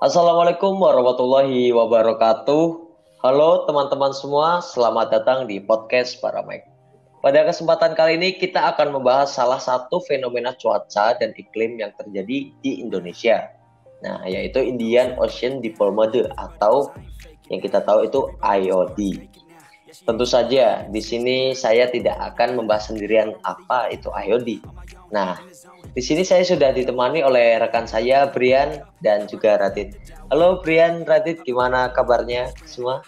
Assalamualaikum warahmatullahi wabarakatuh. Halo teman-teman semua, selamat datang di podcast Para Mike. Pada kesempatan kali ini kita akan membahas salah satu fenomena cuaca dan iklim yang terjadi di Indonesia. Nah, yaitu Indian Ocean Dipole Mode atau yang kita tahu itu IOD. Tentu saja, di sini saya tidak akan membahas sendirian apa itu IOD. Nah, di sini saya sudah ditemani oleh rekan saya Brian dan juga Radit. Halo Brian, Radit, gimana kabarnya semua?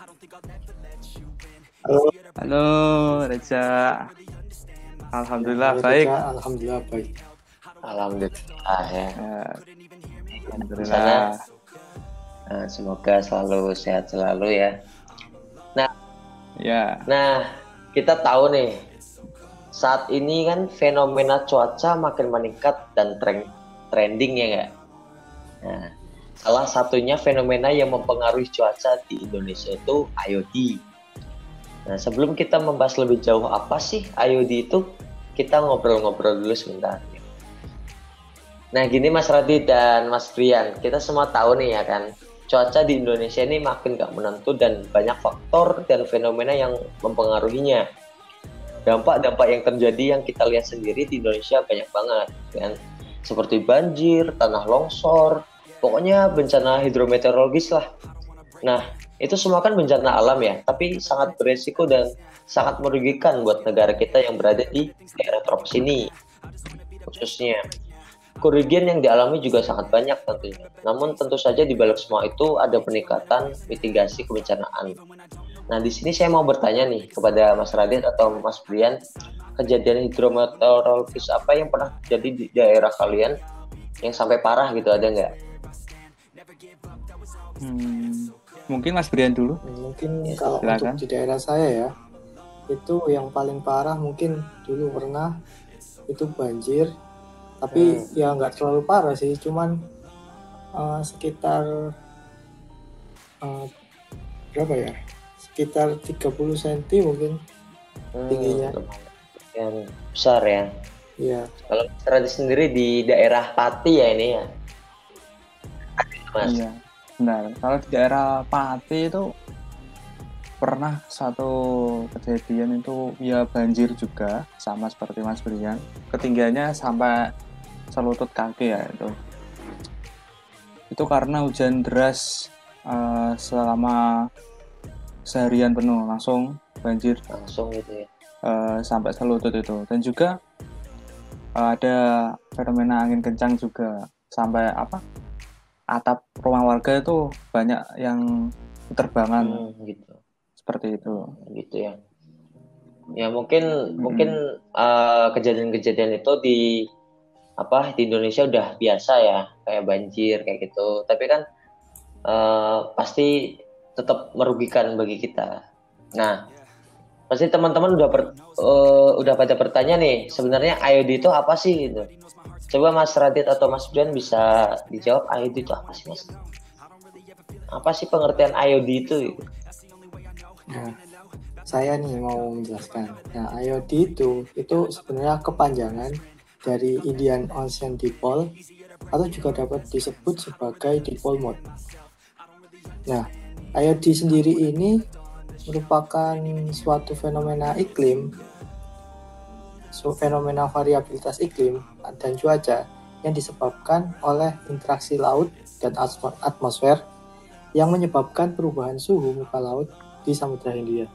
Halo, Halo Reza, ya, Alhamdulillah halo baik. Reza, Alhamdulillah baik. Alhamdulillah ya. Di sana, Alhamdulillah. semoga selalu sehat selalu ya. Nah, Ya, nah kita tahu nih, saat ini kan fenomena cuaca makin meningkat dan trending ya nggak? Nah, salah satunya fenomena yang mempengaruhi cuaca di Indonesia itu IOD. Nah, sebelum kita membahas lebih jauh apa sih IOD itu, kita ngobrol-ngobrol dulu sebentar. Nah, gini Mas Radit dan Mas Brian, kita semua tahu nih ya kan, cuaca di Indonesia ini makin gak menentu dan banyak faktor dan fenomena yang mempengaruhinya. Dampak-dampak yang terjadi yang kita lihat sendiri di Indonesia banyak banget, kan? Seperti banjir, tanah longsor, pokoknya bencana hidrometeorologis lah. Nah, itu semua kan bencana alam ya, tapi sangat beresiko dan sangat merugikan buat negara kita yang berada di daerah tropis ini, khususnya. Kerugian yang dialami juga sangat banyak tentunya. Namun tentu saja di balik semua itu ada peningkatan mitigasi kebencanaan. Nah, di sini saya mau bertanya nih kepada Mas Radit atau Mas Brian, kejadian hidrometeorologis apa yang pernah terjadi di daerah kalian yang sampai parah gitu, ada nggak? mungkin Mas Brian dulu. Mungkin Ya, kalau untuk Silakan. di daerah saya ya, itu yang paling parah mungkin dulu pernah itu banjir, tapi ya nggak terlalu parah sih, cuman sekitar eh, berapa ya? Sekitar 30 cm mungkin tingginya. yang besar ya. Ya, Kalau Mas Radit sendiri di daerah Pati ya ini ya, Mas. Iya, benar. Kalau di daerah Pati itu pernah satu kejadian itu ya banjir juga, sama seperti Mas Brian. Ketinggiannya sampai selutut kaki ya itu. Itu karena hujan deras selama seharian penuh, langsung banjir Langsung gitu ya. sampai selutut itu. Dan juga ada fenomena angin kencang juga sampai atap rumah warga itu banyak yang terbangan Gitu. seperti itu. Gitu ya. Ya mungkin mungkin Mm-mm. kejadian-kejadian itu di Indonesia udah biasa ya, kayak banjir kayak gitu. Tapi kan pasti tetap merugikan bagi kita. Nah, pasti teman-teman udah pada bertanya nih, sebenarnya IOD itu apa sih gitu. Coba Mas Radit atau Mas Brian bisa dijawab, IOD itu apa sih Mas? Apa sih pengertian IOD itu gitu? nah, saya nih mau menjelaskan. Nah, IOD itu sebenarnya kepanjangan dari Indian Ocean Dipole atau juga dapat disebut sebagai dipole mode. Nah, IOD sendiri ini merupakan suatu fenomena iklim, fenomena variabilitas iklim dan cuaca yang disebabkan oleh interaksi laut dan atmosfer yang menyebabkan perubahan suhu muka laut di Samudra Hindia.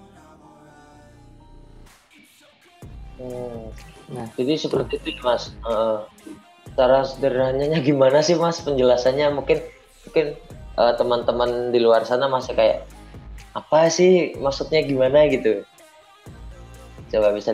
Nah, jadi seperti itu Mas. Cara sederhananya gimana sih Mas penjelasannya? Mungkin teman-teman di luar sana masih kayak apa sih maksudnya gimana gitu. Coba bisa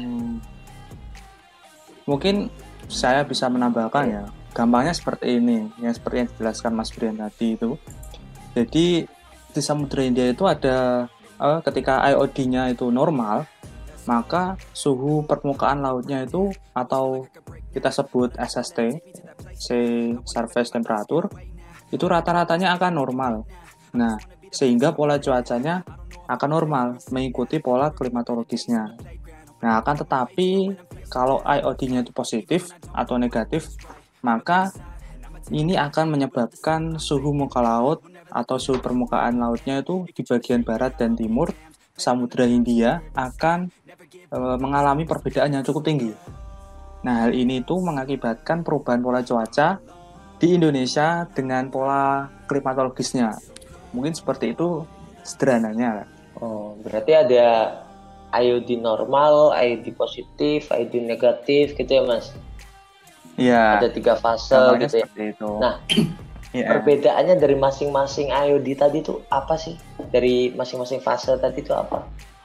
Mungkin saya bisa menambahkan ya, gampangnya seperti ini, yang seperti yang dijelaskan Mas Brian tadi itu. Jadi di Samudra Hindia itu ada ketika IOD-nya itu normal, maka suhu permukaan lautnya itu atau kita sebut SST, sea surface temperature, itu rata-ratanya akan normal. Nah, sehingga pola cuacanya akan normal mengikuti pola klimatologisnya. Nah, akan tetapi kalau IOD-nya itu positif atau negatif, maka ini akan menyebabkan suhu muka laut atau suhu permukaan lautnya itu di bagian barat dan timur Samudra Hindia akan mengalami perbedaan yang cukup tinggi. Nah, hal ini itu mengakibatkan perubahan pola cuaca di Indonesia dengan pola klimatologisnya. Mungkin seperti itu sederhananya. Oh, berarti ada IOD normal, IOD positif, IOD negatif gitu ya, Mas? Iya. Ada 3 fase Gampangnya gitu ya. seperti itu. Nah, Iya. perbedaannya dari masing-masing IOD tadi itu apa sih? Dari masing-masing fase tadi itu apa?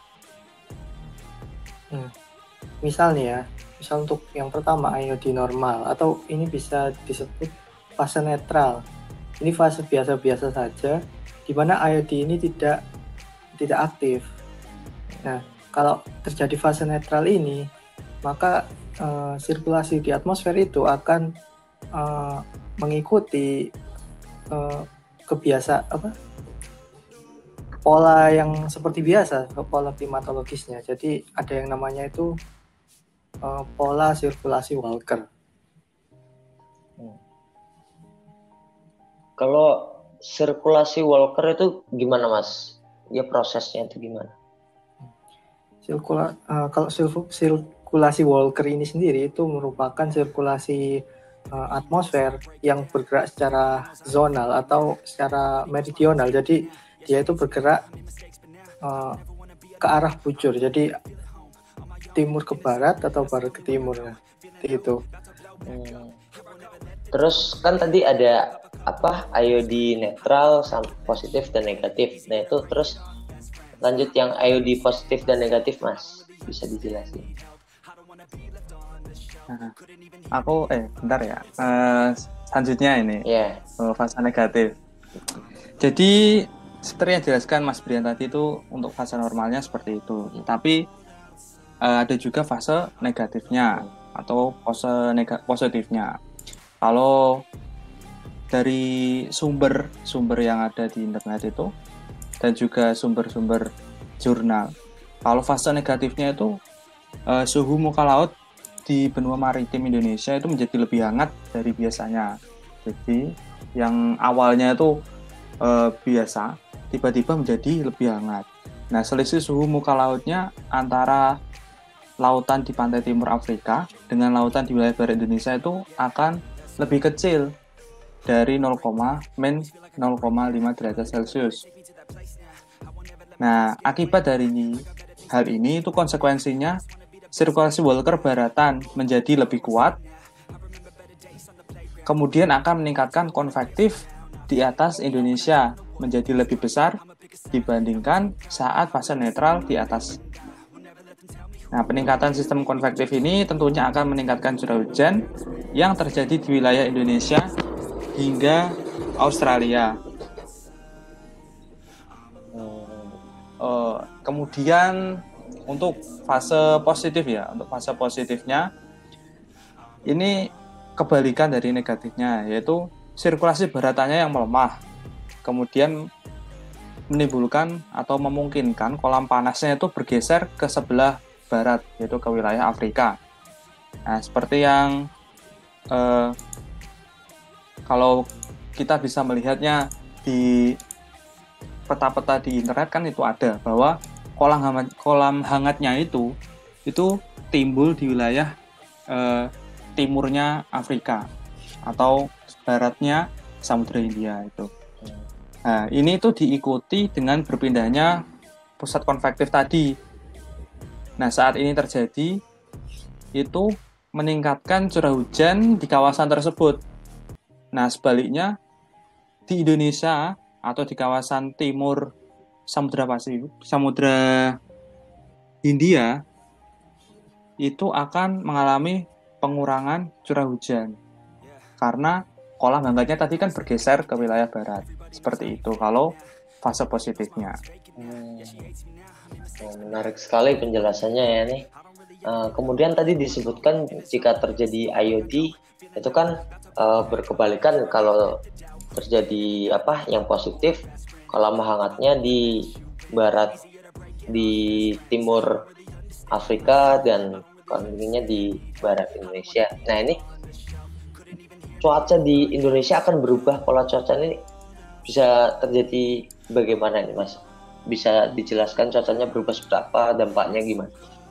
Misal nih ya, misal untuk yang pertama IOD normal, atau ini bisa disebut fase netral. Ini fase biasa-biasa saja, di mana IOD ini tidak aktif. Nah, kalau terjadi fase netral ini, maka sirkulasi di atmosfer itu akan mengikuti pola yang seperti biasa, pola klimatologisnya. Jadi ada yang namanya itu pola sirkulasi Walker. Kalau sirkulasi Walker itu gimana, Mas? Ya prosesnya itu gimana? Kalau sirkulasi Walker ini sendiri itu merupakan sirkulasi atmosfer yang bergerak secara zonal atau secara meridional. Jadi dia itu bergerak ke arah bujur. Jadi timur ke barat atau barat ke timur. Nah, itu. Terus kan tadi ada IOD netral, positif dan negatif. Nah itu terus lanjut yang IOD positif dan negatif, Mas, bisa dijelasin? Nah, aku bentar ya. Selanjutnya ini fase negatif. Jadi seperti yang dijelaskan Mas Brian tadi itu untuk fase normalnya seperti itu. Tapi ada juga fase negatifnya atau fase positifnya. Kalau dari sumber yang ada di internet itu dan juga sumber-sumber jurnal, kalau fase negatifnya itu suhu muka laut di benua maritim Indonesia itu menjadi lebih hangat dari biasanya. Jadi yang awalnya itu biasa tiba-tiba menjadi lebih hangat. Nah, selisih suhu muka lautnya antara lautan di pantai timur Afrika dengan lautan di wilayah barat Indonesia itu akan lebih kecil dari 0,5 derajat Celcius. Nah, akibat dari hal ini itu konsekuensinya sirkulasi Walker baratan menjadi lebih kuat, kemudian akan meningkatkan konvektif di atas Indonesia menjadi lebih besar dibandingkan saat fase netral di atas. Nah, peningkatan sistem konvektif ini tentunya akan meningkatkan curah hujan yang terjadi di wilayah Indonesia hingga Australia. Kemudian untuk fase positif ya, untuk fase positifnya ini kebalikan dari negatifnya, yaitu sirkulasi baratannya yang melemah, kemudian menimbulkan atau memungkinkan kolam panasnya itu bergeser ke sebelah barat, yaitu ke wilayah Afrika. Nah, seperti yang kalau kita bisa melihatnya di peta-peta di internet kan itu ada bahwa kolam hangatnya itu timbul di wilayah timurnya Afrika atau baratnya Samudra Hindia itu. Nah, ini tuh diikuti dengan berpindahnya pusat konvektif tadi. Nah, saat ini terjadi itu meningkatkan curah hujan di kawasan tersebut. Nah, sebaliknya di Indonesia atau di kawasan timur Samudra Hindia itu akan mengalami pengurangan curah hujan karena kolam hangatnya tadi kan bergeser ke wilayah barat. Seperti itu kalau fase positifnya. Menarik sekali penjelasannya ya nih. Kemudian tadi disebutkan jika terjadi IOD itu kan berkebalikan, kalau terjadi yang positif kolam hangatnya di barat, di timur Afrika dan kolam dinginnya di barat Indonesia. Nah, ini cuaca di Indonesia akan berubah, pola cuaca ini bisa terjadi bagaimana nih Mas? Bisa dijelaskan cuacanya berubah seperti apa, dampaknya gimana?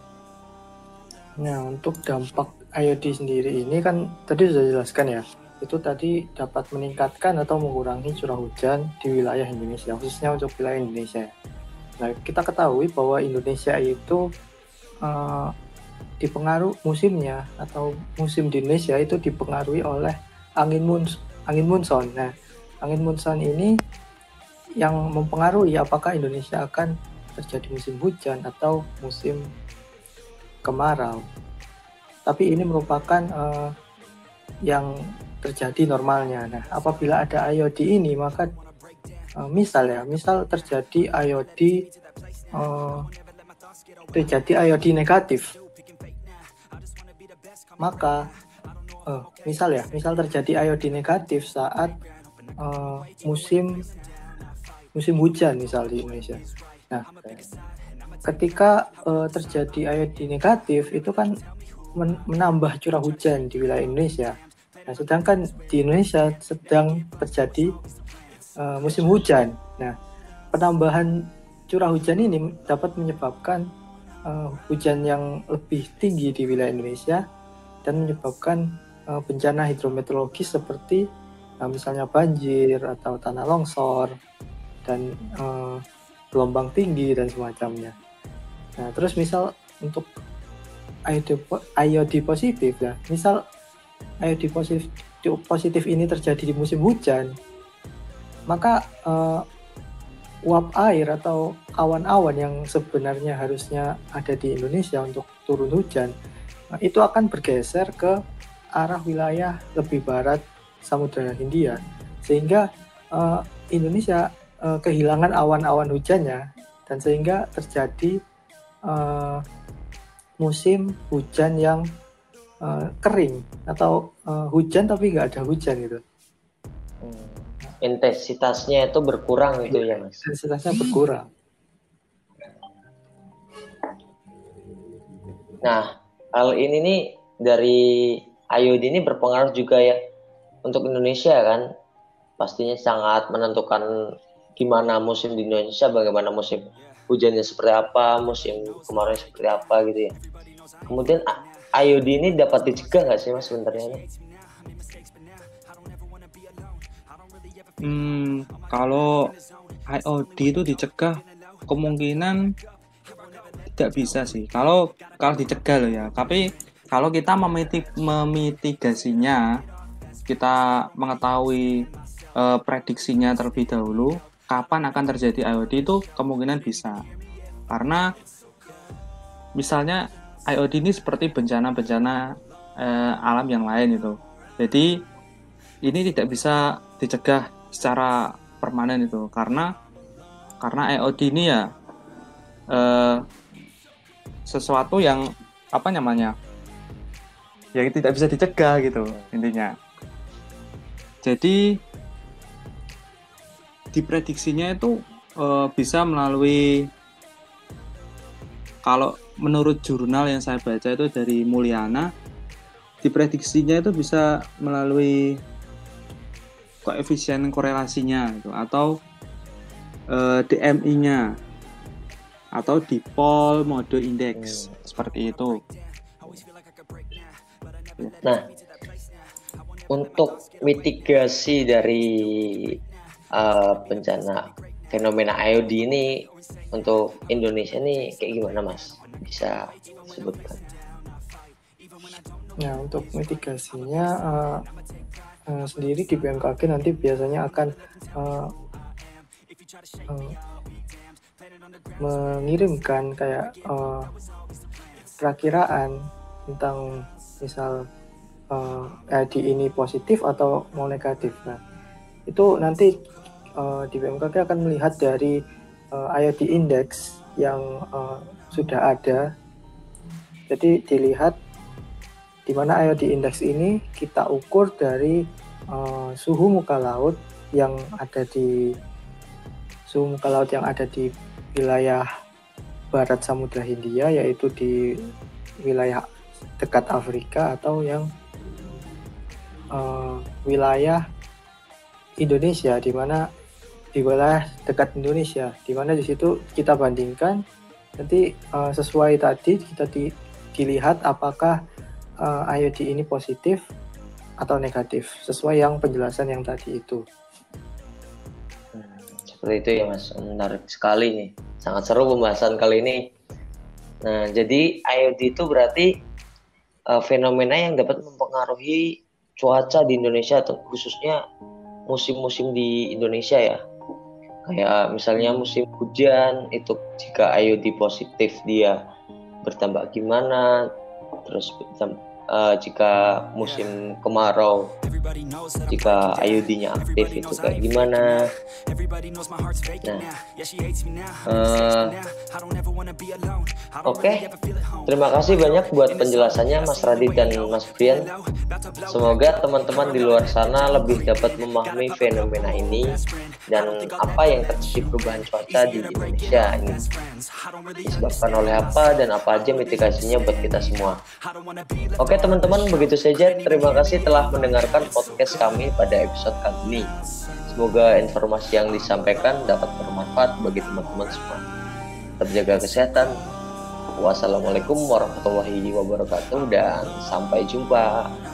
Nah, untuk dampak IoT sendiri ini kan tadi sudah dijelaskan ya. Itu tadi dapat meningkatkan atau mengurangi curah hujan di wilayah Indonesia, khususnya untuk wilayah Indonesia. Nah, kita ketahui bahwa Indonesia itu dipengaruhi musimnya atau musim di Indonesia itu dipengaruhi oleh angin monsoon. Nah, angin monsoon ini yang mempengaruhi apakah Indonesia akan terjadi musim hujan atau musim kemarau. Tapi ini merupakan yang terjadi normalnya. Nah, apabila ada IoT ini, maka misal terjadi IoT negatif, maka misal terjadi IoT negatif saat musim hujan misal di Indonesia. Nah, ketika terjadi IoT negatif itu kan menambah curah hujan di wilayah Indonesia. Nah, sedangkan di Indonesia sedang terjadi musim hujan. Nah, penambahan curah hujan ini dapat menyebabkan hujan yang lebih tinggi di wilayah Indonesia dan menyebabkan bencana hidrometeorologis seperti misalnya banjir atau tanah longsor dan gelombang tinggi dan semacamnya. Nah, terus misal untuk IoT positif ya, misal IoT positif ini terjadi di musim hujan, maka uap air atau awan-awan yang sebenarnya harusnya ada di Indonesia untuk turun hujan, itu akan bergeser ke arah wilayah lebih barat Samudra Hindia, sehingga Indonesia kehilangan awan-awan hujannya dan sehingga terjadi musim hujan yang kering atau hujan tapi nggak ada hujan gitu. Intensitasnya itu berkurang gitu ya Mas? Intensitasnya berkurang. Nah, hal ini nih dari IoT ini berpengaruh juga ya untuk Indonesia kan? Pastinya sangat menentukan gimana musim di Indonesia, bagaimana musim hujannya seperti apa, musim kemarau seperti apa gitu ya. Kemudian IoT ini dapat dicegah nggak sih Mas sebenarnya? Kalau IoT itu dicegah kemungkinan tidak bisa sih. Kalau dicegah loh ya. Tapi kalau kita memitigasinya, kita mengetahui prediksinya terlebih dahulu, kapan akan terjadi IoT itu kemungkinan bisa. Karena misalnya IoT ini seperti bencana-bencana alam yang lain itu. Jadi ini tidak bisa dicegah secara permanen itu karena IoT ini ya sesuatu yang yang tidak bisa dicegah gitu intinya. Jadi diprediksinya itu bisa melalui, kalau menurut jurnal yang saya baca itu dari Mulyana, diprediksinya itu bisa melalui koefisien korelasinya gitu, atau DMI-nya atau Dipole Mode Index seperti itu. Nah, untuk mitigasi dari bencana fenomena IoT ini untuk Indonesia nih kayak gimana Mas? Bisa sebutkan? Nah, untuk mitigasinya sendiri di BMKG nanti biasanya akan mengirimkan kayak perakiraan tentang misal IoT ini positif atau mau negatif. Nah, itu nanti di BMKG akan melihat dari IoT Index yang sudah ada. Jadi dilihat di mana IoT Index ini kita ukur dari suhu muka laut yang ada di wilayah barat Samudra Hindia, yaitu di wilayah dekat Afrika atau yang wilayah Indonesia, di mana di wilayah dekat Indonesia, di mana di situ kita bandingkan nanti sesuai tadi kita dilihat apakah IoD ini positif atau negatif sesuai yang penjelasan yang tadi itu. Seperti itu ya Mas, menarik sekali nih, sangat seru pembahasan kali ini. Nah, jadi IoD itu berarti fenomena yang dapat mempengaruhi cuaca di Indonesia, atau khususnya musim-musim di Indonesia ya. Kayak misalnya musim hujan, itu jika IoD positif dia bertambah gimana, terus jika musim kemarau, jika IoD-nya aktif itu kayak gimana. Nah, oke. Terima kasih banyak buat penjelasannya Mas Radit dan Mas Brian. Semoga teman-teman di luar sana lebih dapat memahami fenomena ini dan apa yang terjadi perubahan cuaca di Indonesia ini disebabkan oleh apa dan apa aja mitigasinya buat kita semua. Oke teman-teman, begitu saja. Terima kasih telah mendengarkan podcast kami pada episode kali ini. Semoga informasi yang disampaikan dapat bermanfaat bagi teman-teman semua. Tetap jaga kesehatan. Wassalamualaikum warahmatullahi wabarakatuh dan sampai jumpa.